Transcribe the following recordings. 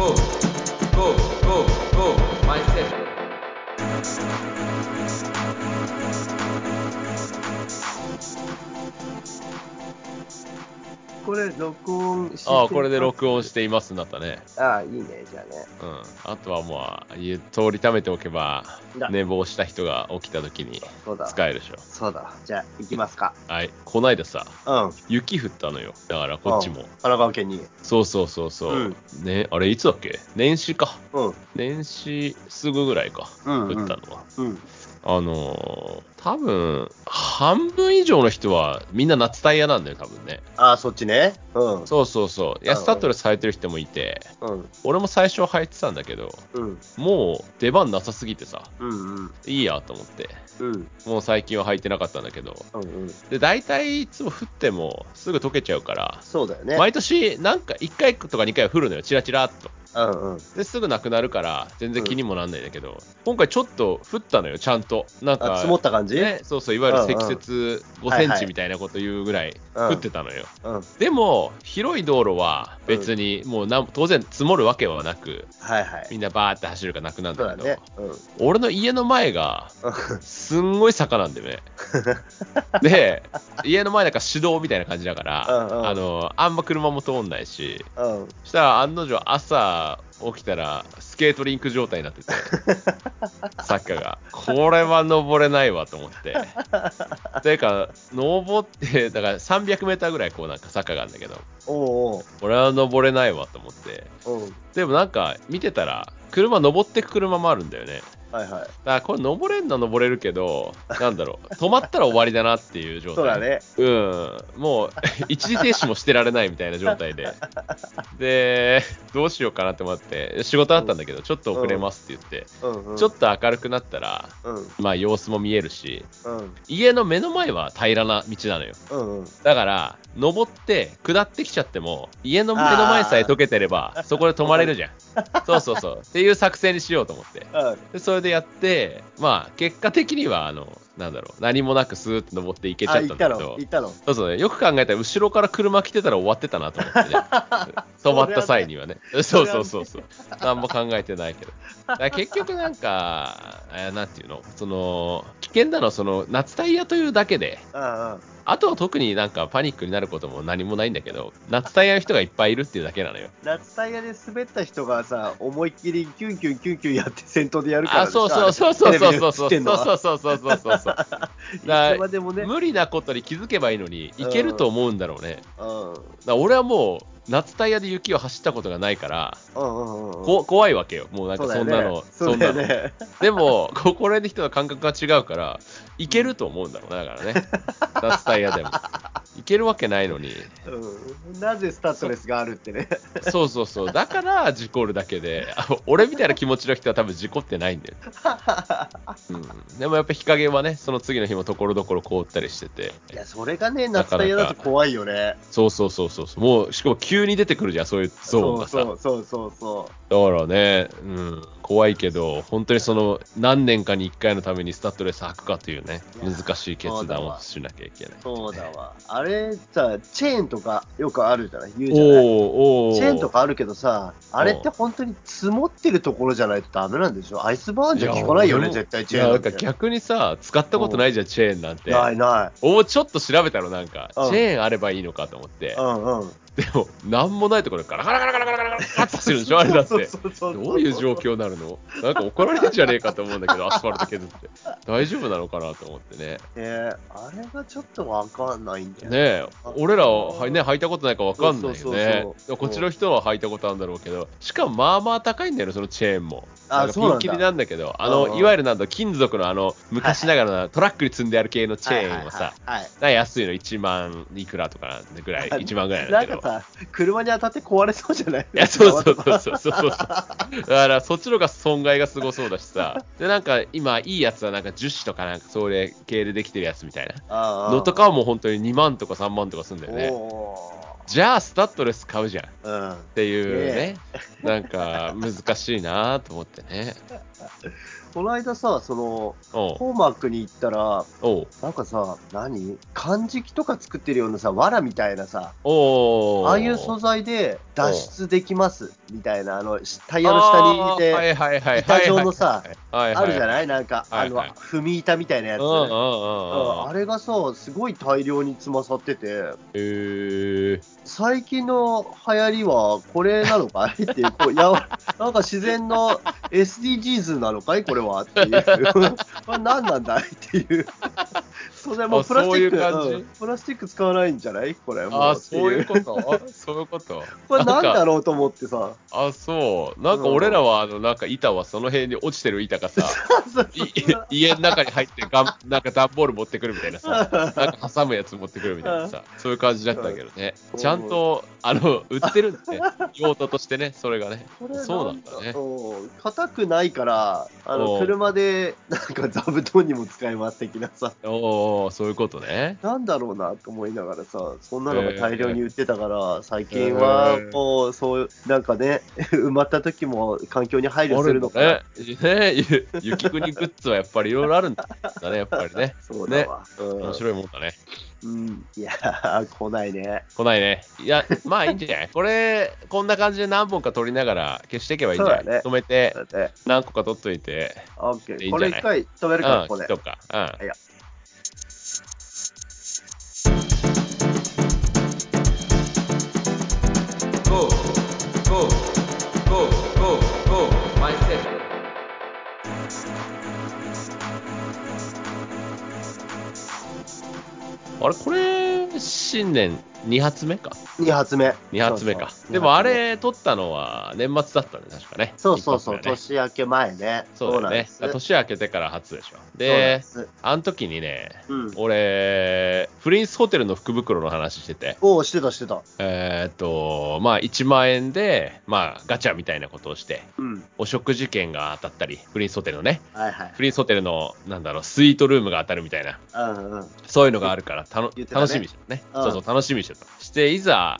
Mindset。 これ録音してああ、これで録音していますになったね。 ああ、いいね、じゃあね。 あとはまあ、言う通り貯めておけば、寝坊した人が起きた時に使えるでしょ。 そうだ。じゃあ、行きますか。 はい。こないださ、 うん。 雪降ったのよ。だからこっちも。 神奈川県に。 そうそうそうそう。ね、あれいつだっけ？年始か。年始すぐぐらいか。降ったのは。多分、半分以上の人はみんな夏タイヤなんだよ、多分ね。 ああ、そっちね。 そうそうそう。いや、スタッドレス履いてる人もいて、俺も最初は履いてたんだけど、もう出番なさすぎてさ、いいやと思って、もう最近は履いてなかったんだけど、で、大体いつも降ってもすぐ溶けちゃうから、 そうだよね。 毎年なんか1回とか2回は降るのよ、チラチラっと。ですぐなくなるから全然気にもなんないんだけど、今回ちょっと降ったのよ、ちゃんと。なんか積もった感じ？ ね、そうそう、いわゆる積雪5センチみたいなこと言うぐらい降ってたのよ。でも広い道路は別にもう当然積もるわけはなく、みんなバーって走るかなくなるんだけど、俺の家の前がすんごい坂なんでね。で、家の前なんか市道みたいな感じだから、あんま車も通んないし、したら案の定朝起きたらスケートリンク状態になってて、坂がこれは登れないわと思って、ていうか登ってだから300メーターぐらいこうなんか坂があるんだけど、これは登れないわと思って、でもなんか見てたら車登ってく車もあるんだよね。だからこれ登れんの登れるけど、なんだろう、止まったら終わりだなっていう状態。 そうだね。 もう一時停止もしてられないみたいな状態で。で、どうしようかなって思って、仕事あったんだけど、ちょっと遅れますって言って、ちょっと明るくなったら、まあ様子も見えるし、家の目の前は平らな道なのよ。だから、登って下ってきちゃっても、家の目の前さえ溶けてれば、そこで止まれるじゃん。そうそうそう。っていう作戦にしようと思って。でそれでやって、まあ、結果的には、なんだろう、何もなくスーッと登っていけちゃったんだけど、そうそうね、よく考えたら、後ろから車来てたら終わってたなと思ってね。止まった際にはね。そうそうそうそう。何も考えてないけど。だから結局なんか、なんていうの、危険なのは夏タイヤというだけで、あとは特になんかパニックになることも何もないんだけど、夏タイヤの人がいっぱいいるっていうだけなのよ。 夏タイヤで滑った人がさ、思いっきりキュンキュンキュンキュンやって先頭でやるからでしょ。 そうそうそうそうそうそうそうそうそうそうそうそう。 いつまでもね。 無理なことに気づけばいいのに、いけると思うんだろうね。だから俺はもう、夏タイヤで雪を走ったことがないから、怖いわけよ。もうなんかそんなの。そんなの。でも、これの人の感覚が違うから、いけると思うんだろうね。だからね。夏タイヤでも。いけるわけないのに。 なぜスタッドレスがあるってね。 そうそうそう。だから事故るだけで、俺みたいな気持ちの人は多分事故ってないんだよ。でもやっぱ日陰はね、その次の日もところどころ凍ったりしてて。 いや、それがね、夏タイヤだと怖いよね。 そうそうそうそう。もう、しかも急に出てくるじゃん、そういうゾーンがさ。 そう。 だからね、怖いけど、本当に何年かに1回のためにスタッドレス履くかというね、難しい決断をしなきゃいけない、ね。 そうだわ。あれさ、チェーンとかよくあるじゃない？言うじゃない？チェーンとかあるけどさ、あれって本当に積もってるところじゃないとダメなんでしょ？アイスバーンじゃ効かないよね、絶対チェーンなんて。 なんか逆にさ、使ったことないじゃん、チェーンなんて。 ない。 ちょっと調べたのなんか、チェーンあればいいのかと思って。でも、なんもないところでガラガラガラガラガラガラガラって走るんでしょ、あれだって。どういう状況になるの？なんか怒られるんじゃねえかと思うんだけど、アスファルト削って。大丈夫なのかなと思ってね。 あれがちょっとわかんないんだよね。俺らは履いたことないかわかんないよね。こっちの人は履いたことあるんだろうけど、しかもまあまあ高いんだよね、そのチェーンも。なんかピンキリなんだけど、いわゆる金属の昔ながらのトラックに積んである系のチェーンはさ、安いの1万いくらとかぐらい、1万ぐらいなんだけど。 なんかさ、車に当たって壊れそうじゃない？ いや、そう。だからそっちの方が損害がすごそうだしさ。で、なんか今いいやつはなんか樹脂とかなんかそれ系でできてるやつみたいなのとかはもう本当に2万とか3万とかするんだよね。じゃあスタッドレス買うじゃん、っていうね、なんか難しいなと思ってね。 この間さ、ホーマークに行ったら、なんかさ、漢字とか作ってるようなさ、藁みたいなさ、ああいう素材で脱出できますみたいな、タイヤの下にいて、板状のさ、あるじゃない？なんか、踏み板みたいなやつ。あれがさ、すごい大量に積まさってて、最近の流行りはこれなのかいっていう、なんか自然の SDGs なのかいこれはっていう。これ何なんだいっていう。それもプラスチック、プラスチック使わないんじゃないこれもう。 そういうことそういうこと。 これなんだろうと思ってさ。 そう。なんか俺らは、なんか板はその辺に落ちてる板がさ、家の中に入ってなんか段ボール持ってくるみたいなさ、なんか挟むやつ持ってくるみたいなさ、そういう感じだったけどね。ちゃんと、売ってるんですね。用途としてね、それがね。そうなんだね。 硬くないから、車で、なんか座布団にも使えます的なさ。 そういうことね。 なんだろうなと思いながらさ、そんなのが大量に売ってたから、最近は、そう、なんかね、埋まった時も環境に配慮するのかな。 雪国グッズはやっぱりいろいろあるんだね、やっぱりね。 そうだわ。 面白いもんだね。 いやー、来ないね。 来ないね。いや、まあいいんじゃないこんな感じで何本か撮りながら消していけばいいんじゃない？止めて、何個か撮っといて。 オッケー。これ一回止めるから、ここで。 とか。いや。あれこれ、新年2発目か。 2発目。 2発目か。でもあれ、撮ったのは年末だったね、確かね。 そう、年明け前ね。 そうだね。年明けてから初でしょ。で、あの時にね、俺、プリンスホテルの福袋の話してて。 してた。 まあ1万円で、まあガチャみたいなことをして、お食事券が当たったり、プリンスホテルのね、プリンスホテルの、スイートルームが当たるみたいな、そういうのがあるから楽しみにしてたね。そう、楽しみにしてた。して、いざ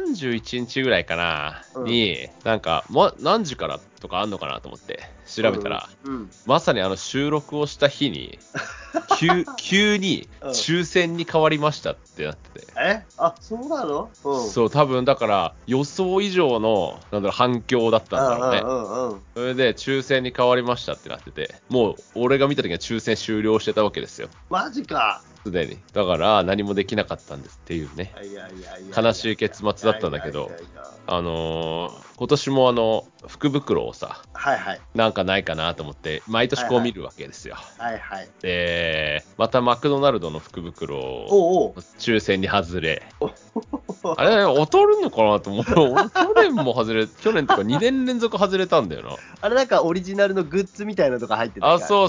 31日ぐらいかな、に、なんか、何時からとかあんのかなと思って調べたら、まさに収録をした日に、急に抽選に変わりましたってなってて。 そうなの？ そう、多分だから予想以上の反響だったんだろうね。それで抽選に変わりましたってなってて、もう俺が見た時は抽選終了してたわけですよ。 マジか。 すでに。だから何もできなかったんですっていうね。悲しい結末だったんだけど、今年も福袋をさ、なんかないかなと思って、毎年こう見るわけですよ。で、またマクドナルドの福袋を抽選に外れ。あれ、当たるのかなと思う。去年とか2年連続外れたんだよな。 あれなんかオリジナルのグッズみたいなのとか入ってた。 そう。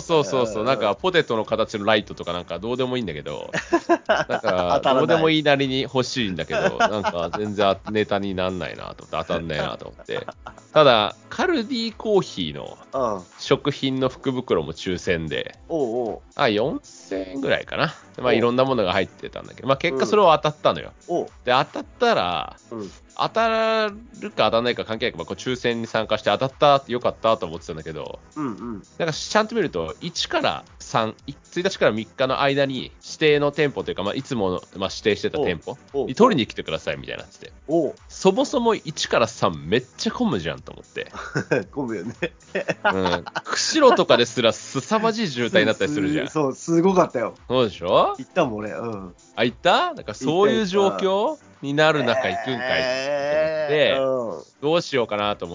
なんかポテトの形のライトとかなんかどうでもいいんだけど、なんかどうでもいいなりに欲しいんだけど、なんか全然ネタになんないなと思って、当たんないなと思って。ただ、カルディコーヒーの食品の福袋も抽選で、4000円ぐらいかな。まあいろんなものが入ってたんだけど、まあ結果それは当たったのよ。で、当たったら、当たるか当たらないか関係ないから、抽選に参加して当たったってよかったと思ってたんだけど、なんかちゃんと見ると、1から3、1日から3日の間に指定の店舗というか、いつもの、指定してた店舗に取りに来てくださいみたいになってて、そもそも1から3めっちゃ混むじゃんと思って。 混むよね。 釧路とかですら凄まじい渋滞になったりするじゃん。 そう、すごかったよ。 そうでしょ？ 行ったもん俺。 行った？なんかそういう状況になる中行くんかいって思って、どうしようかなと思って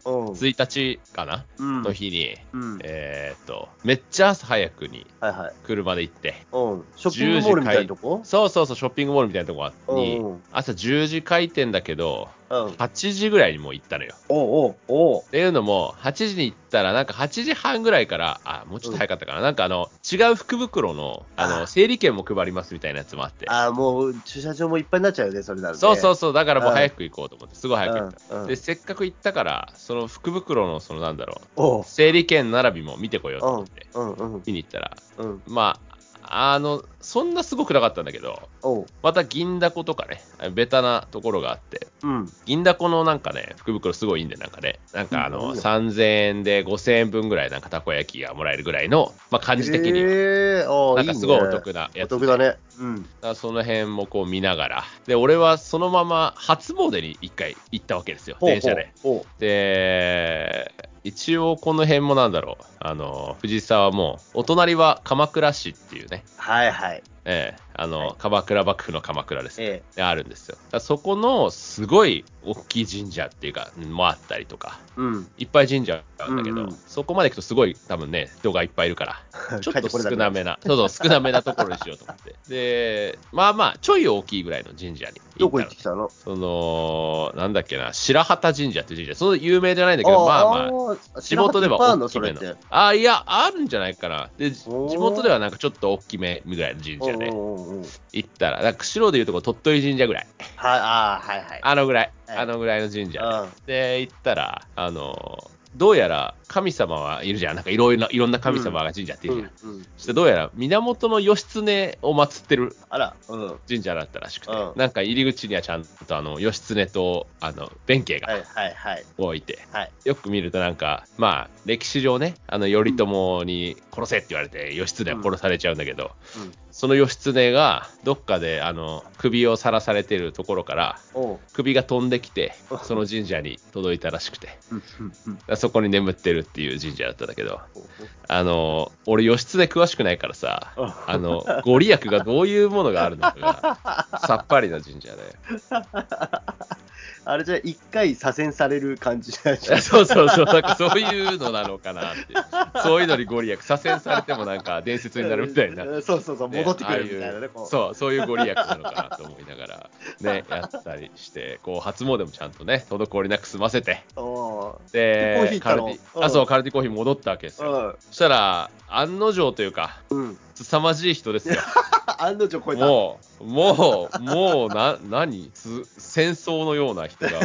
、1日かなの日に、めっちゃ朝早くに車で行って、 ショッピングモールみたいなとこ？ そう、ショッピングモールみたいなとこに、朝10時開店だけど、8時ぐらいにもう行ったのよ。っていうのも、8時に行ったら、なんか8時半ぐらいから、もうちょっと早かったかな。なんか違う福袋の、整理券も配りますみたいなやつもあって。 もう駐車場もいっぱいになっちゃうよね、それなると。そう。だからもう早く行こうと思って、すごい早く行った。で、せっかく行ったから、その福袋の、整理券並びも見てこようと思って、見に行ったら、まあ、そんなすごくなかったんだけど、また銀だことかね、ベタなところがあって、 銀だこのなんかね、福袋すごいいいんで、なんかね、なんか3000円で5000円分ぐらいなんかたこ焼きがもらえるぐらいの、まあ感じ的には、なんかすごいお得なやつで。 お得だね。 だからその辺もこう見ながら、で、俺はそのまま初詣に一回行ったわけですよ、電車で。で、一応この辺もなんだろう、藤沢も、お隣は鎌倉市っていうね。 はいはい。 鎌倉幕府の鎌倉ですね。あるんですよ。そこのすごい大きい神社っていうか、もあったりとか、いっぱい神社あるんだけど、そこまで行くとすごい多分ね、人がいっぱいいるから、ちょっと少なめな、少なめなところにしようと思って。で、まあまあ、ちょい大きいぐらいの神社に行ったの。 どこ行ってきたの？なんだっけな、白畑神社っていう神社、その有名じゃないんだけど、まあまあ、地元では大きめの。いや、あるんじゃないかな。で、地元ではなんかちょっと大きめぐらいの神社で、行ったら、なんか釧路でいうとこ鳥取神社ぐらい。 はいはい。 あのぐらいの神社で行ったら、どうやら神様はいるじゃん。なんかいろんな神様が神社っているじゃん。そしてどうやら源義経を祀ってる神社だったらしくて、なんか入り口にはちゃんと義経と弁慶が置いて、よく見るとなんか、まあ歴史上ね、頼朝に殺せって言われて義経は殺されちゃうんだけど、その義経がどっかで首をさらされてるところから首が飛んできてその神社に届いたらしくて、そこに眠ってるっていう神社だったんだけど、俺義経詳しくないからさ、ご利益がどういうものがあるのかがさっぱりな神社で。 あれじゃ一回左遷される感じじゃないそうなんかそういうのなのかなって。そういうのにご利益、左遷されてもなんか伝説になるみたいな。 そう戻ってくるみたいなね。 そういうご利益なのかなと思いながら、ね、やったりして、こう、初詣もちゃんとね、滞りなく済ませて。で、カルディコーヒー戻ったわけですよ。そしたら、案の定というか、凄まじい人ですよ。 案の定超えた。 もう、何戦争のような人が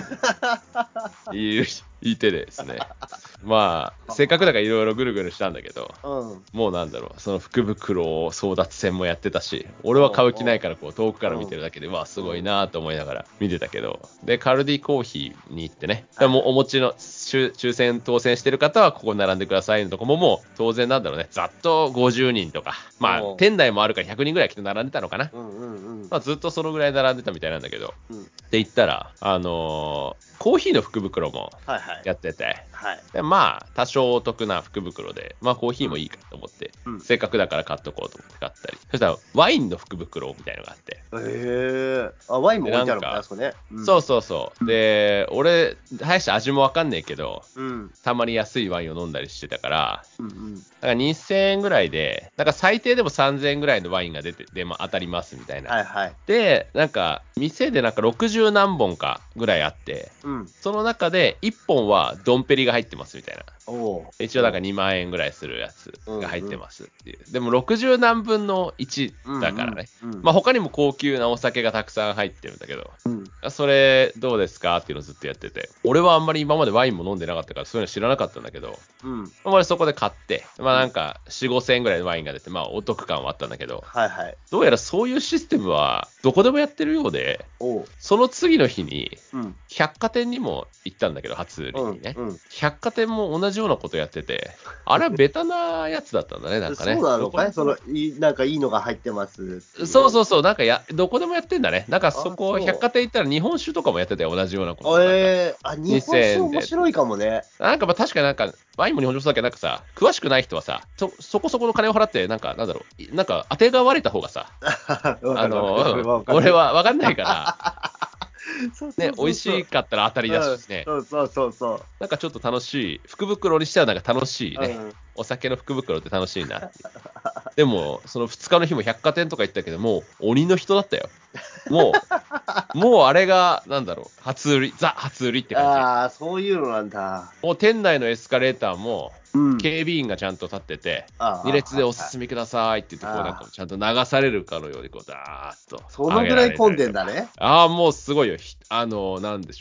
いてですね。まあ、せっかくだからいろいろぐるぐるしたんだけど、もうなんだろう、その福袋争奪戦もやってたし、俺は買う気ないからこう遠くから見てるだけで、わあ、すごいなと思いながら見てたけど、で、カルディコーヒーに行ってね、もうお持ちの抽選当選してる方はここに並んでくださいのとこも当然なんだろうね、ざっと50人とか、まあ、店内もあるから100人ぐらいきっと並んでたのかな。まあ、ずっとそのぐらい並んでたみたいなんだけど、で行ったら、コーヒーの福袋もやってて、でまあ多少お得な福袋で、まあコーヒーもいいかと思って、せっかくだから買っとこうと思って買ったり、そしたらワインの福袋みたいのがあって、 ワインも置いてあるんだね。 そう。で、俺大した味もわかんねえけど、たまに安いワインを飲んだりしてたから、だから2000円ぐらいで、なんか最低でも3000円ぐらいのワインが出て当たりますみたいな。で、なんか店でなんか60何本かぐらいあって、その中で1本はドンペリが入ってますみたいな。一応なんか2万円ぐらいするやつが入ってますっていう。でも60何分の1だからね。まあ他にも高級なお酒がたくさん入ってるんだけど、それどうですかっていうのをずっとやってて、俺はあんまり今までワインも飲んでなかったからそういうの知らなかったんだけど、俺そこで買って、まあなんか4、5千円ぐらいのワインが出て、まあお得感はあったんだけど、どうやらそういうシステムはどこでもやってるようで、その次の日に百貨店にも行ったんだけど、初売りにね。百貨店も同じようなことやってて、あれはベタなやつだったんだね、なんかね。 そうなのかい？なんかいいのが入ってます。 そう、なんかどこでもやってんだね。なんかそこ、百貨店行ったら日本酒とかもやってたよ、同じようなこと。 日本酒面白いかもね。 なんかまあ確かになんか、ワインも日本酒だけどなんかさ、詳しくない人はさ、そこそこの金を払って、なんか、なんだろう、なんか当てがわれた方がさ、俺は分かんないから、ね、美味しかったら当たりだしね。なんかちょっと楽しい。福袋にしてはなんか楽しいね。お酒の福袋って楽しいなって。でも、その2日の日も百貨店とか行ったけど、もう鬼の人だったよ。もうあれが、なんだろう、初売りって感じ。そういうのなんだ。 もう店内のエスカレーターも、警備員がちゃんと立ってて、2列でお進みくださいって言って、こうなんかちゃんと流されるかのように、こう、ダーッと。 そのぐらい混んでんだね。 もうすごいよ。なんでしょう。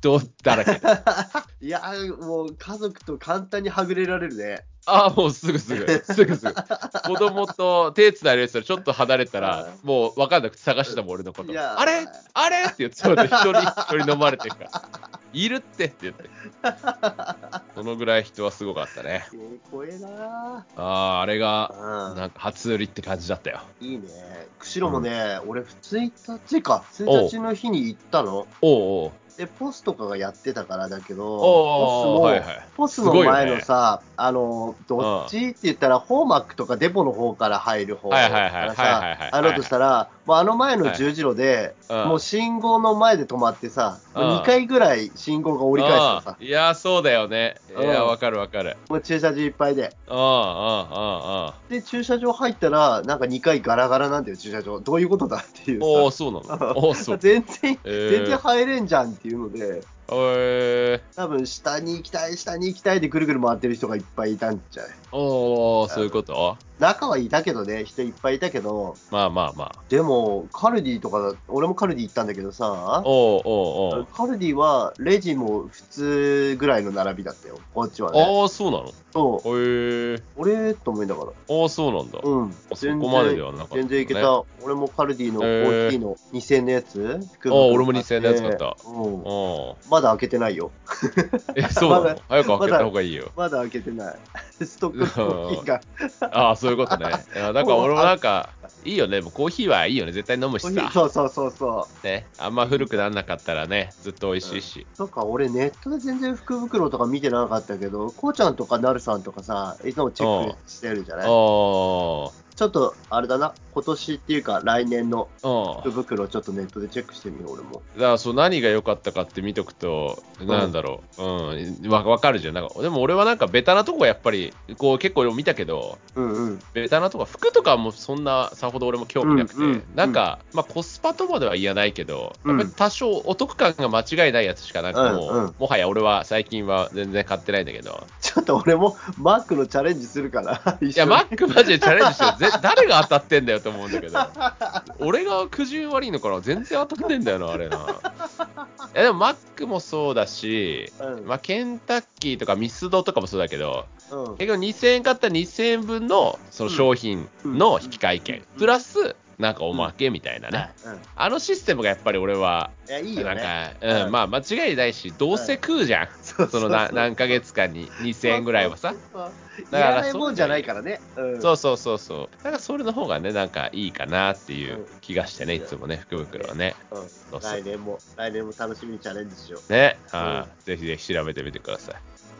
人だらけ。 いや、もう家族と簡単にはぐれられるね。 ああ、もうすぐ。子供と手つないでたらちょっと離れたら、もう分かんなくて探してたもん、俺のこと。あれって言って、一人飲まれてるから。いるって言って。そのぐらい人はすごかったね。 怖えな。 あれが、なんか初売りって感じだったよ。 いいね。釧路もね、俺1日の日に行ったの。 おう。 で、ポスとかがやってたからだけど、ポスの前のさ、どっちって言ったら、ホーマックとかデポの方から入る方からさ、としたら、もうあの前の十字路で、もう信号の前で止まってさ、2回ぐらい信号が折り返したのさ。 いや、そうだよね。いや、わかる。 もう駐車場いっぱいで。で、駐車場入ったら、なんか2回ガラガラなんだよ、駐車場。どういうことだっていうさ。 そうなの。 全然入れんじゃんっていうので、多分下に行きたいでぐるぐる回ってる人がいっぱいいたんじゃない。 そういうこと？ 中はいたけどね、人いっぱいいたけど、 まあ。 でも、カルディとか、俺もカルディ行ったんだけどさ、カルディはレジも普通ぐらいの並びだったよ、こっちはね。 そうなの？ そう。俺と思いながら。 そうなんだ。そこまでではなかった。 全然いけた。俺もカルディのコーヒーの2000円のやつ。 俺も2000円のやつ買った。 まだ開けてないよ。 そうなの？早く開けた方がいいよ。 まだ開けてない。ストックコーヒーが。 そういうことね。だから俺もなんか、いいよね。もうコーヒーはいいよね。絶対飲むしさ。 そう。 ね。あんま古くなんなかったらね、ずっと美味しいし。 そうか、俺ネットで全然福袋とか見てなかったけど、こうちゃんとかなるさんとかさ、いつもチェックしてるじゃない？ちょっと、あれだな、今年っていうか来年の福袋ちょっとネットでチェックしてみよう、俺も。 だから何が良かったかって見とくと、なんだろう、わかるじゃん。なんかでも俺はなんかベタなとこやっぱり、こう結構見たけど、ベタなとこ、服とかもそんなさほど俺も興味なくて、なんか、コスパとまでは言わないけど、やっぱり多少お得感が間違いないやつしかなんかもはや俺は最近は全然買ってないんだけど。 ちょっと俺もマックのチャレンジするから。 いや、マックマジでチャレンジしてる。誰が当たってんだよと思うんだけど。俺が苦渋悪いのかな？全然当たってんだよな、あれな。でもマックもそうだし、ケンタッキーとかミスドとかもそうだけど、結局2000円買ったら2000円分のその商品の引換券、プラス、なんかおまけみたいなね。あのシステムがやっぱり俺は、なんか、間違いないし、どうせ食うじゃん。その何ヶ月間に2000円ぐらいはさ。 だからないもんじゃないからね。 そう。だからそれの方がね、なんかいいかなっていう気がしてね、いつもね、福袋はね。 来年も楽しみにチャレンジしよう。 ね。ぜひぜひ調べてみてください。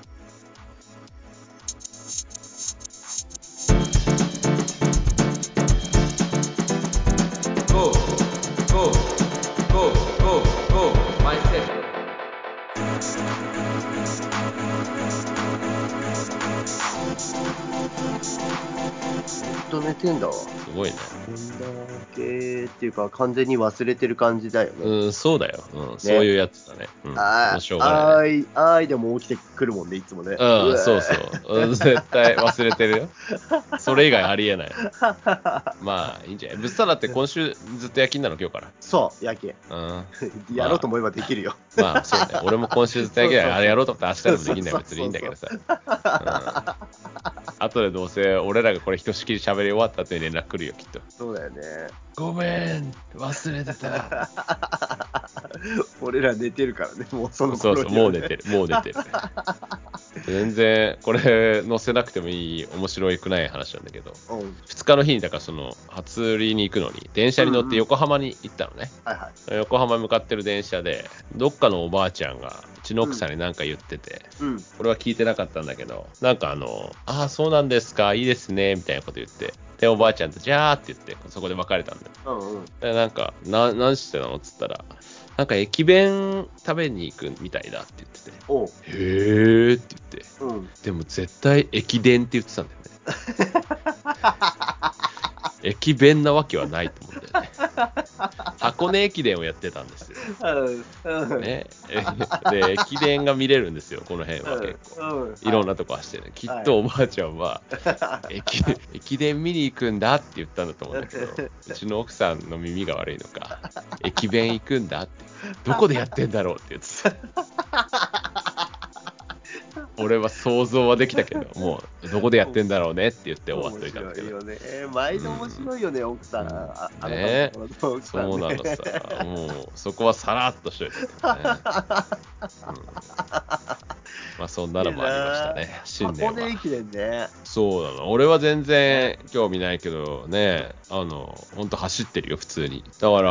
寝てんだわ。 すごいね。 こんだけっていうか、完全に忘れてる感じだよね。 そうだよ。そういうやつだね。しょうがないね。 あーいでも起きてくるもんね、いつもね。 そう。絶対忘れてるよ。それ以外ありえない。まあ、いいんじゃない？ぶっさだって今週ずっと夜勤なの、今日から。 そう、夜勤。やろうと思えばできるよ。 まあ、そうね。俺も今週ずっと夜勤あれやろうと思ったら明日でもできんだよ。別にいいんだけどさ。後でどうせ俺らがこれひとしきり喋り終わった後に連絡来るよ、きっと。 そうだよね。 ごめん、忘れてた。 俺ら寝てるからね、もうその頃にはね。 もう寝てる。全然、これ載せなくてもいい、面白くない話なんだけど、2日の日に、だからその、初売りに行くのに、電車に乗って横浜に行ったのね。横浜に向かってる電車で、どっかのおばあちゃんが、うちの奥さんに何か言ってて、これは聞いてなかったんだけど、なんかそうなんですか、いいですね、みたいなこと言って、で、おばあちゃんと、じゃーって言って、そこで別れたんだよ。で、なんか、何してたのっつったら、なんか駅弁食べに行くみたいだって言ってて、へーって言って、でも絶対駅伝って言ってたんだよね。駅弁なわけはないと思うんだよね。箱根駅伝をやってたんですよ。ね、で、駅伝が見れるんですよ、この辺は結構。いろんなとこ走ってね。きっとおばあちゃんは、駅伝見に行くんだって言ったんだと思うんだけど、うちの奥さんの耳が悪いのか、駅弁行くんだって、どこでやってんだろうって言ってた。 俺は想像はできたけど、もうどこでやってんだろうねって言って終わっといたんだけど。 面白いよね。毎度面白いよね、奥さん。あなたのところの奥さんね。 そうなのさ。もうそこはさらっとしといてね。まあそんなのもありましたね。新年は。 箱根駅伝ね。 そうなの。俺は全然興味ないけどね、ほんと走ってるよ、普通に。だから、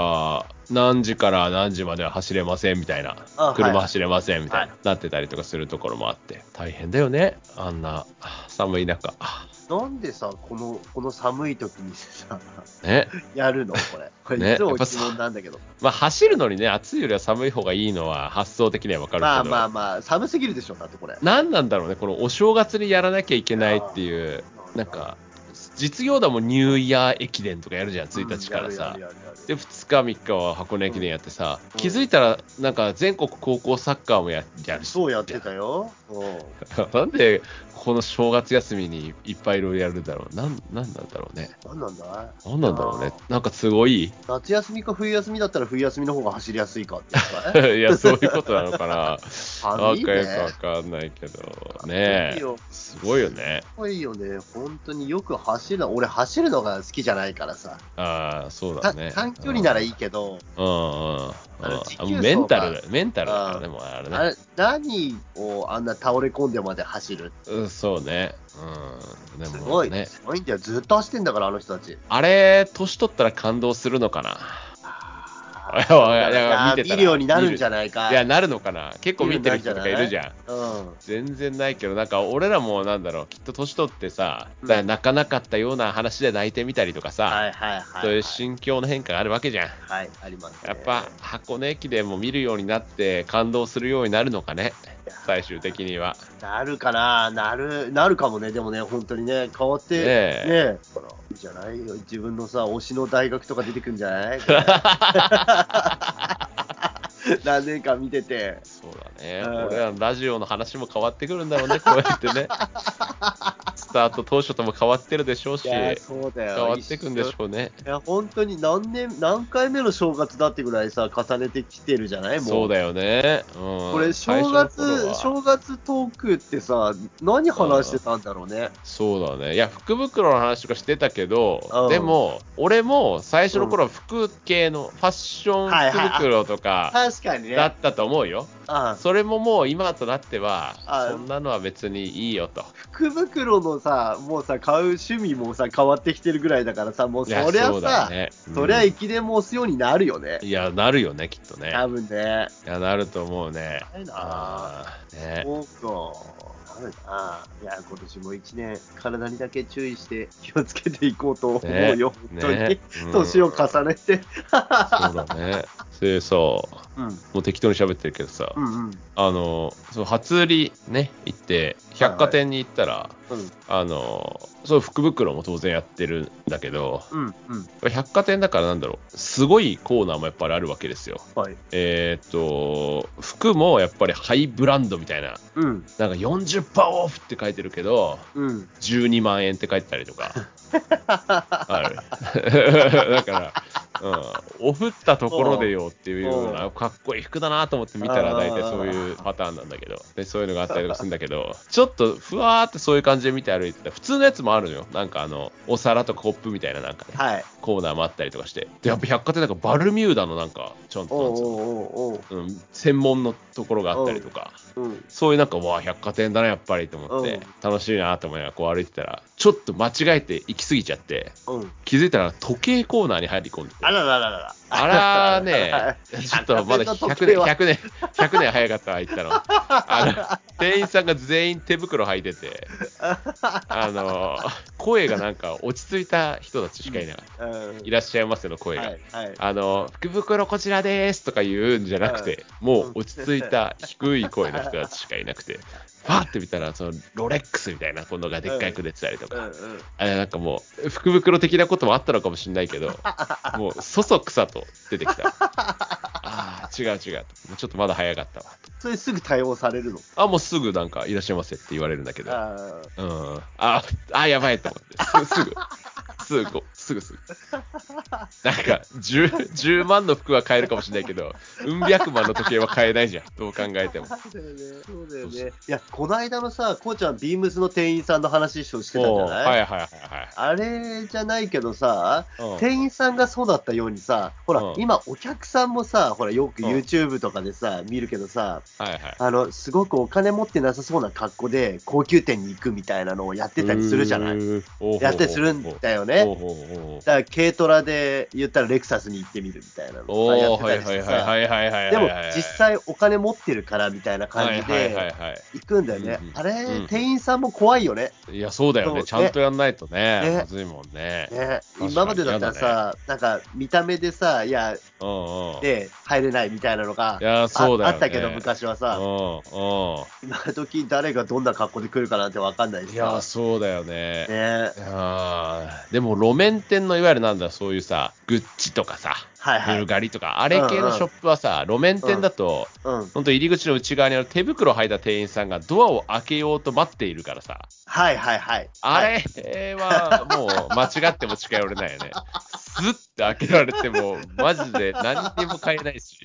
何時から何時までは走れませんみたいな。車走れませんみたいな、なってたりとかするところもあって。大変だよね。あんな寒い中。 なんでさ、この寒い時にさ、 ね、 やるのこれいつも疑問なんだけど。 まあ走るのにね、暑いよりは寒い方がいいのは発想的にはわかるけど。 まあ、寒すぎるでしょ、だってこれ。 何なんだろうね、このお正月にやらなきゃいけないっていう、なんか、実業団もニューイヤー駅伝とかやるじゃん、1日からさ。で、2日、3日は箱根駅伝やってさ、気づいたら、なんか全国高校サッカーもやるし。 そうやってたよ。 なんで、この正月休みにいっぱいいろいろやるんだろう。なんなんだろうね。 なんなんだね。なんかすごい。 夏休みか冬休みだったら冬休みの方が走りやすいかってやつかいや、そういうことなのかな。なんかよくわかんないけど。ねえ。すごいよね。 すごいよね。本当によく走るの。俺走るのが好きじゃないからさ。 ああ、そうだね。 短距離ならいいけど。 メンタルだからね、もうあれね。 何をあんな倒れ込んでまで走る？ そうね。 でもすごいね。すごいんだよ。ずっと走ってんだから、あの人たち。 あれ、年取ったら感動するのかな。 見るようになるんじゃないか。 いや、なるのかな。結構見てる人とかいるじゃん。全然ないけど、なんか俺らもなんだろう、きっと年取ってさ、泣かなかったような話で泣いてみたりとかさ、そういう心境の変化があるわけじゃん。 はい、あります、ね。 やっぱ箱根駅伝も見るようになって感動するようになるのかね、最終的には。 なるかな、なるかもね。でもね、本当にね、変わってね。いいじゃないよ。自分のさ、推しの大学とか出てくんじゃない？何年か見てて。 そうだね。俺らのラジオの話も変わってくるんだろうね、こうやってね。スタート当初とも変わってるでしょうし、 そうだよ、 変わってくんでしょうね。 いや、本当に何回目の正月だってぐらいさ、重ねてきてるじゃない？もう。 そうだよね。 これ正月トークってさ、何話してたんだろうね。 そうだね。いや、福袋の話とかしてたけど、でも、俺も最初の頃は服系のファッション福袋とか、 確かにね。 だったと思うよ。それももう今となっては、そんなのは別にいいよと。 福袋のさ、もうさ、買う趣味もさ、変わってきてるぐらいだからさ、もうそりゃさ、そりゃ駅伝も押すようになるよね。 いや、なるよね、きっとね。 多分ね。 いや、なると思うね。 そうか。いや、今年も1年、体にだけ注意して気をつけていこうと思うよ、本当に。年を重ねて。 そうだね。でさ、もう適当に喋ってるけどさ、そう初売りね、行って、百貨店に行ったら、そう福袋も当然やってるんだけど、百貨店だからなんだろう、すごいコーナーもやっぱりあるわけですよ。服もやっぱりハイブランドみたいな、なんか 40% オフって書いてるけど、12万円って書いてたりとか、ある。だから、オフったところでよっていうようなかっこいい服だなと思って見たら大体そういうパターンなんだけど、でそういうのがあったりとかするんだけど、ちょっとふわーってそういう感じで見て歩いてた。普通のやつもあるのよ。なんかお皿とかコップみたいななんかね、コーナーもあったりとかして。でやっぱ百貨店なんかバルミューダのなんかちゃんと専門のところがあったりとか、そういうなんか百貨店だなやっぱりと思って楽しいなと思いながらこう歩いてたら、ちょっと間違えて行き過ぎちゃって、気づいたら時計コーナーに入り込んでて、あらね、ちょっとまだ100年早かったわ、行ったの。店員さんが全員手袋履いてて、声がなんか落ち着いた人たちしかいなかった。いらっしゃいませの声が。福袋こちらですとか言うんじゃなくて、もう落ち着いた低い声の人たちしかいなくて、パーって見たら、そのロレックスみたいなものがでっかいく出てたりとか、なんかもう、福袋的なこともあったのかもしれないけど、もう、そそくさと出てきた。違う。ちょっとまだ早かったわ。 それすぐ対応されるの？ もうすぐなんか、いらっしゃいませって言われるんだけど。やばいと思って。 すぐ。なんか10万の服は買えるかもしれないけど、百万の時計は買えないじゃん。どう考えても。 そうだよね。いや、この間のさ、こうちゃん、ビームスの店員さんの話してたじゃない？ はい。 あれじゃないけどさ、店員さんがそうだったようにさ、ほら、今お客さんもさ、ほら、よく YouTube とかでさ、見るけどさ、すごくお金持ってなさそうな格好で高級店に行くみたいなのをやってたりするじゃない？やったりするんだよね。だから軽トラで言ったらレクサスに行ってみるみたいなのをやってたりしてさ、でも実際お金持ってるからみたいな感じで行くんだよね。あれ、店員さんも怖いよね。 いや、そうだよね。ちゃんとやんないとね、まずいもんね。 今までだったらさ、なんか見た目でさ、いや、で入れないみたいなのがあったけど、昔はさ、今時誰がどんな格好で来るかなんて分かんないしさ。 いや、そうだよね。でも路面店のいわゆるなんだ、そういうさ、グッチとかさ、ブルガリとか、あれ系のショップはさ、路面店だと、ほんと入り口の内側にある手袋を履いた店員さんがドアを開けようと待っているからさ。あれはもう間違っても近寄れないよね。スッて開けられても、マジで何にも買えないし。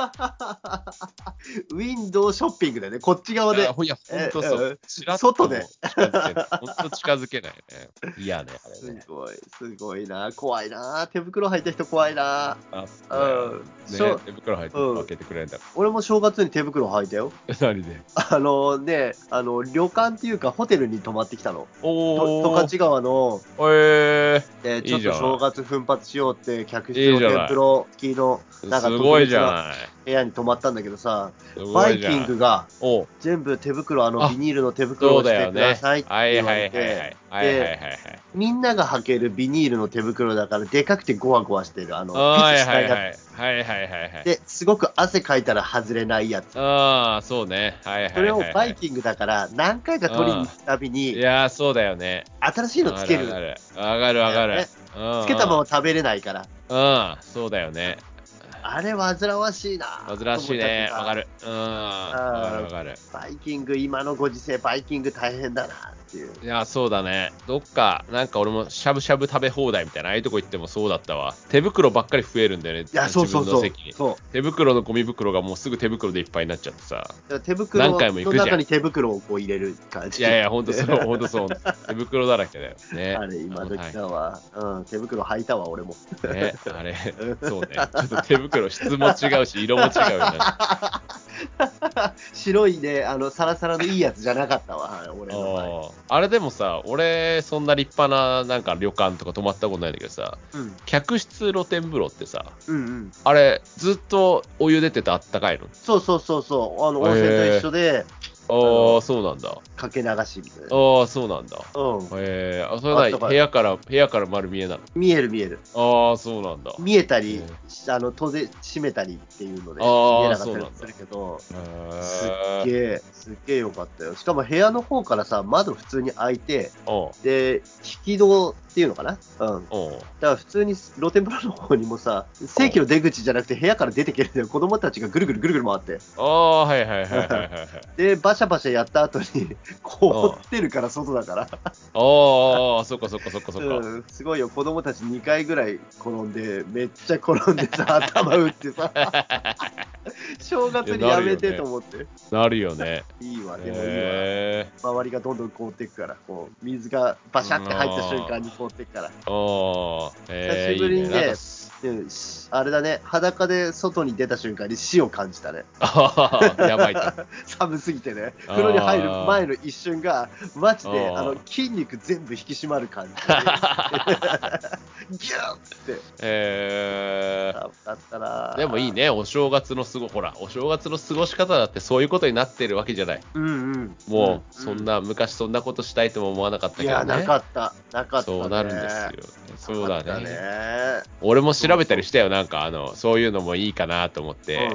ウィンドウショッピングだよね、こっち側で。 いや、ほんとそう。 外で。 ほんと近づけないよね。いやね、あれね。 すごいな。怖いな。手袋履いた人怖いな。 手袋履いて開けてくれるんだ。 俺も正月に手袋履いたよ。 何で？ 旅館っていうかホテルに泊まってきたの。十勝川の、ちょっと正月奮発しようって、客室の天風呂付きの、なんか特別な部屋に泊まったんだけどさ、バイキングが全部手袋、ビニールの手袋をしてくださいって言われて、みんなが履けるビニールの手袋だからでかくてゴワゴワしてる、フィットしないやつ。で、すごく汗かいたら外れないやつ。 そうね。 それをバイキングだから何回か取りに行くたびに、 いや、そうだよね。 新しいのつける。 わかる。 つけたまま食べれないから。 そうだよね。 あれ煩わしいな。 煩わしいね。わかる。わかる。 バイキング、今のご時世、バイキング大変だなっていう。 いや、そうだね。どっか、なんか俺もしゃぶしゃぶ食べ放題みたいな、ああいうとこ行ってもそうだったわ。手袋ばっかり増えるんだよね。 いや、そう。 手袋のゴミ袋がもうすぐ手袋でいっぱいになっちゃってさ。 手袋の中に手袋をこう入れる感じ。 いや、ほんとそう。手袋だらけだよね。 あれ、今時だわ。手袋履いたわ、俺も。 ね、あれ、そうね。ちょっと手袋質も違うし、色も違うよね。 白いね、サラサラのいいやつじゃなかったわ、俺の場合。 あれでもさ、俺、そんな立派な、なんか旅館とか泊まったことないんだけどさ、客室露天風呂ってさ、あれ、ずっとお湯出ててあったかいの？ そう。温泉と一緒で、 そうなんだ。 かけ流しみたいな。 そうなんだ。それない、部屋から丸見えなの？ 見える。 そうなんだ。 見えたり、当然閉めたりっていうので、見えなかったりするけど、すっげえよかったよ。しかも部屋の方からさ、窓普通に開いて、で、引き戸っていうのかな？だから普通に露天風呂の方にもさ、正規の出口じゃなくて部屋から出てけるんだよ。子供たちがぐるぐる回って。で、バシャバシャやった後に、凍ってるから、外だから。 そっか。 すごいよ、子供たち2回ぐらい転んで、めっちゃ転んでさ、頭打ってさ、正月にやめてと思って。 なるよね。 いいわ、でもいいわ。周りがどんどん凍っていくから、こう、水がバシャって入った瞬間に凍っていくから。久しぶりにね、あれだね、裸で外に出た瞬間に死を感じたね。 やばいと。 寒すぎてね、風呂に入る前の一瞬が、マジで筋肉全部引き締まる感じ。ギューって。だったら。 でもいいね、お正月の過ごし方だってそういうことになってるわけじゃない。もう、昔そんなことしたいとも思わなかったけどね。いや、 なかった。 そうなるんですよ。そうだね。俺も調べたりしたよ、なんかそういうのもいいかなと思って、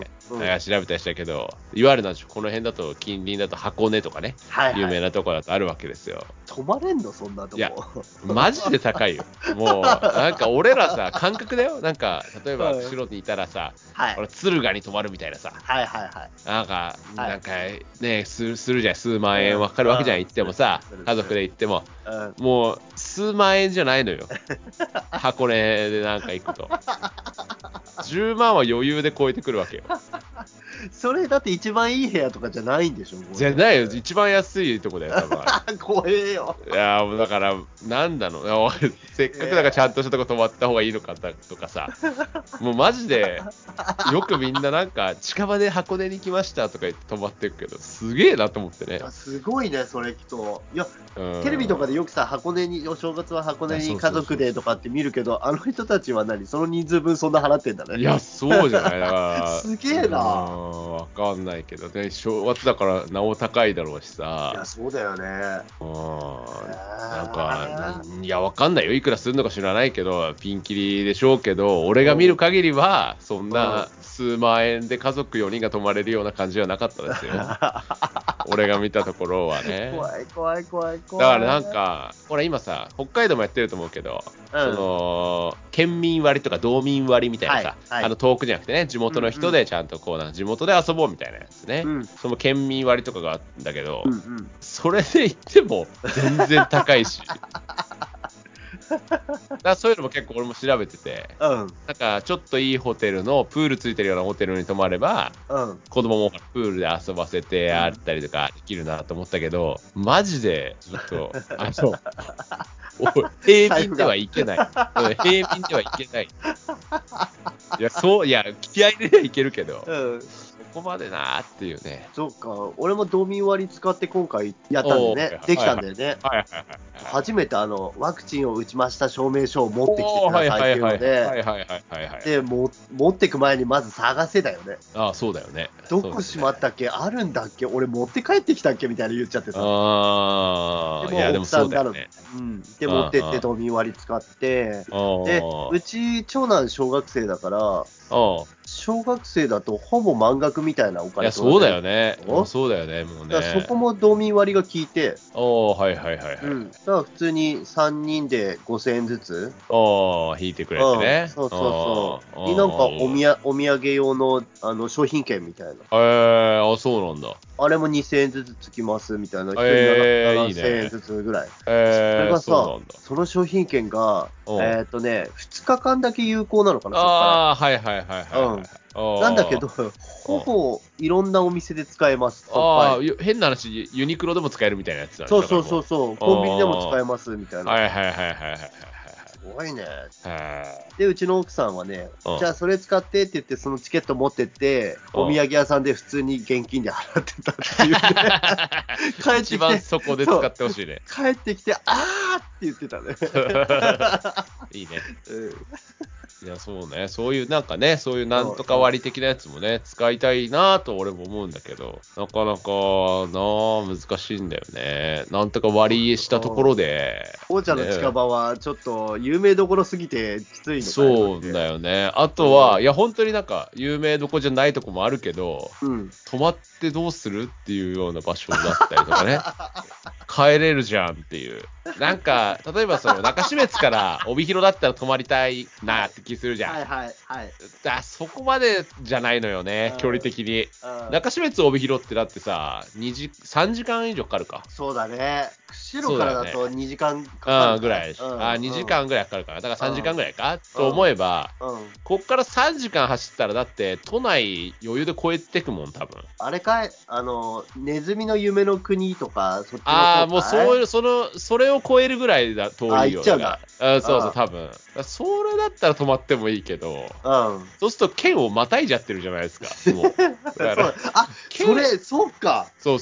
調べたりしたけど、いわゆるなんでしょう、この辺だと、近隣だと箱根とかね、有名なとこだとあるわけですよ。 泊まれんのそんなとこ。 いや、マジで高いよ。もう、なんか俺らさ、感覚だよ。なんか、例えば、釧路にいたらさ、俺、敦賀に泊まるみたいなさ、なんかね、するじゃん、数万円わかるわけじゃん、行ってもさ、家族で行っても。 もう数万円じゃないのよ。箱根でなんか行くと。10万は余裕で超えてくるわけよ。 それだって一番いい部屋とかじゃないんでしょ？ じゃないよ、一番安いとこだよ、多分。 怖えよ。 いやー、だから、なんだろう、せっかくだからちゃんとしたとこ泊まった方がいいのかとかさ、もうマジで、よくみんななんか、近場で箱根に来ましたとか言って泊まってるけど、すげえなと思ってね。 すごいね、それきっと。いや、テレビとかでよくさ、箱根に、お正月は箱根に家族でとかって見るけど、あの人たちはその人数分そんな払ってんだね。 いや、そうじゃない。だから、 すげえな。 わかんないけどね、正月だからなお高いだろうしさ。 いや、そうだよね。 なんか、いや、わかんないよ。いくらするのか知らないけど、ピンキリでしょうけど、俺が見る限りは、そんな数万円で家族4人が泊まれるような感じはなかったですよ。俺が見たところはね。 怖い怖い怖い怖い。だからなんか、ほら今さ、北海道もやってると思うけど、その、県民割とか道民割みたいなさ、遠くじゃなくてね、地元の人でちゃんとこう地元で遊ぼうみたいなやつね。その県民割とかがあるんだけど、それで行っても全然高いし。だそういうのも結構俺も調べてて、なんかちょっといいホテルのプールついてるようなホテルに泊まれば、子供もプールで遊ばせてあったりとかできるなと思ったけど、マジでちょっと平民ではいけない。平民ではいけない。いや、気合いではいけるけど、そこまでなーっていうね。 そうか、俺も道民割使って今回やったんでね、できたんだよね。初めてワクチンを打ちました証明書を持ってきてくださいっていうので、で、持ってく前にまず探せだよね。 ああ、そうだよね。 どこしまったっけ、あるんだっけ、俺持って帰ってきたっけみたいな言っちゃってさ。 ああ、いやでもそうだよね。 で、持ってって道民割使って、で、うち長男小学生だから、小学生だとほぼ満額みたいなお金。 いや、そうだよね。そうだよね、もうね。 そこも道民割が効いて、 はいはいはいはい。だから普通に3人で5000円ずつ。 引いてくれてね。 そうそうそう。なんかお土産用の商品券みたいな。 そうなんだ。 あれも2000円ずつつきますみたいな。1人7000円ずつぐらい。それがさ、その商品券が、2日間だけ有効なのかな、そっから。 はいはいはいはい。 なんだけど、ほぼいろんなお店で使えます。 変な話、ユニクロでも使えるみたいなやつだね。 そうそうそうそう、コンビニでも使えますみたいな。 はいはいはいはいはい。 すごいね。で、うちの奥さんはね、じゃあそれ使ってって言って、そのチケット持ってって、お土産屋さんで普通に現金で払ってたっていうね。帰ってきて一番そこで使ってほしいね。 帰ってきて、あーって言ってたね。 いいね。いや、そうね。そういう、なんかね、そういうなんとか割的なやつもね、使いたいなと俺も思うんだけど、なかなか難しいんだよね。なんとか割したところで。 王者の近場はちょっと有名どころすぎてきついのかな。 そうだよね。あとは、いや、本当になんか、有名どこじゃないとこもあるけど、泊まってどうするっていうような場所だったりとかね。帰れるじゃんっていう。なんか、例えばその中標津から帯広だったら泊まりたいなって気するじゃん。 はいはいはい。 そこまでじゃないのよね、距離的に。中標津帯広ってだってさ、3時間以上かかるか。 そうだね。釧路からだと2時間かかるぐらい。2時間ぐらいかかるから。だから3時間ぐらいかと思えば、こっから3時間走ったらだって都内余裕で越えてくもん、多分。 あれかい、ネズミの夢の国とか、そっちの方かい。 もうそれを超えるぐらいだ遠いよ。 行っちゃうんだ。 そうそう、多分。それだったら泊まってもいいけど、そうすると県をまたいじゃってるじゃないですか。もうだからそっか。 そう。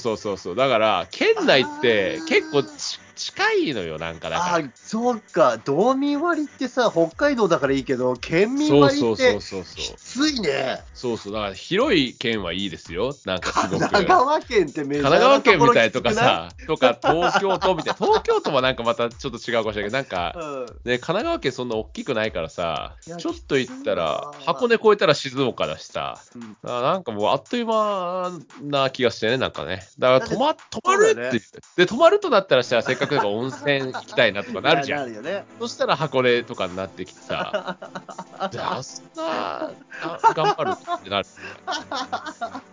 だから、県内って結構近いのよ、なんかだから。 そうか。道民割ってさ、北海道だからいいけど、県民割ってきついね。 そう。だから、広い県はいいですよ。なんかすごく。 神奈川県ってメジャーなところ神奈川県みたいとかさ、とか東京都みたいな。東京都はなんかまたちょっと違うかもしれないけど、なんか、ね、神奈川県そんな大きくないからさ、ちょっと行ったら、箱根越えたら静岡だしさ、なんかもうあっという間な気がしてね、なんかね。だから泊まるって言って。で、泊まるとなったらさ、せっかくだから温泉行きたいなとかなるじゃん。そしたら箱根とかになってきてさ、じゃあそんな頑張るってなる。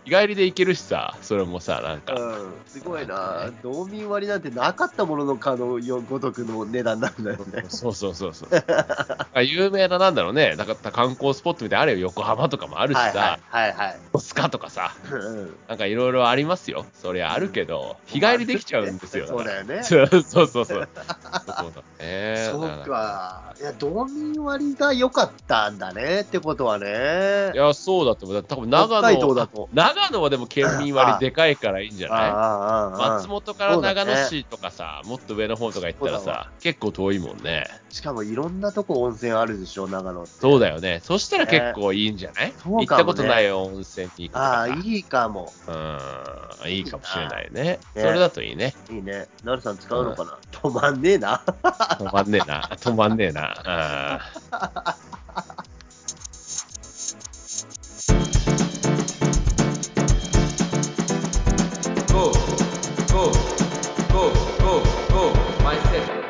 日帰りで行けるしさ、それもさ、なんか。 すごいな。道民割なんてなかったもののかのごとくの値段なんだよね。 そう有名な、なんだろうね、なんか観光スポットみたいなあれよ、横浜とかもあるしさ、戸塚とかさ、なんかいろいろありますよ。そりゃあるけど、日帰りできちゃうんですよ。 そうだよね。 そう。そうか。いや、道民割が良かったんだねってことはね。 いや、そうだって、多分長野はでも県民割でかいからいいんじゃない？松本から長野市とかさ、もっと上の方とか行ったらさ、結構遠いもんね。 しかもいろんなとこ温泉あるでしょ、長野って。 そうだよね。そしたら結構いいんじゃない？行ったことない温泉に行くとかさ。 いいかも。 いいかもしれないね。それだといいね。 いいね。なるさん使うのかな？止まんねえな。 止まんねえな。Go, my step.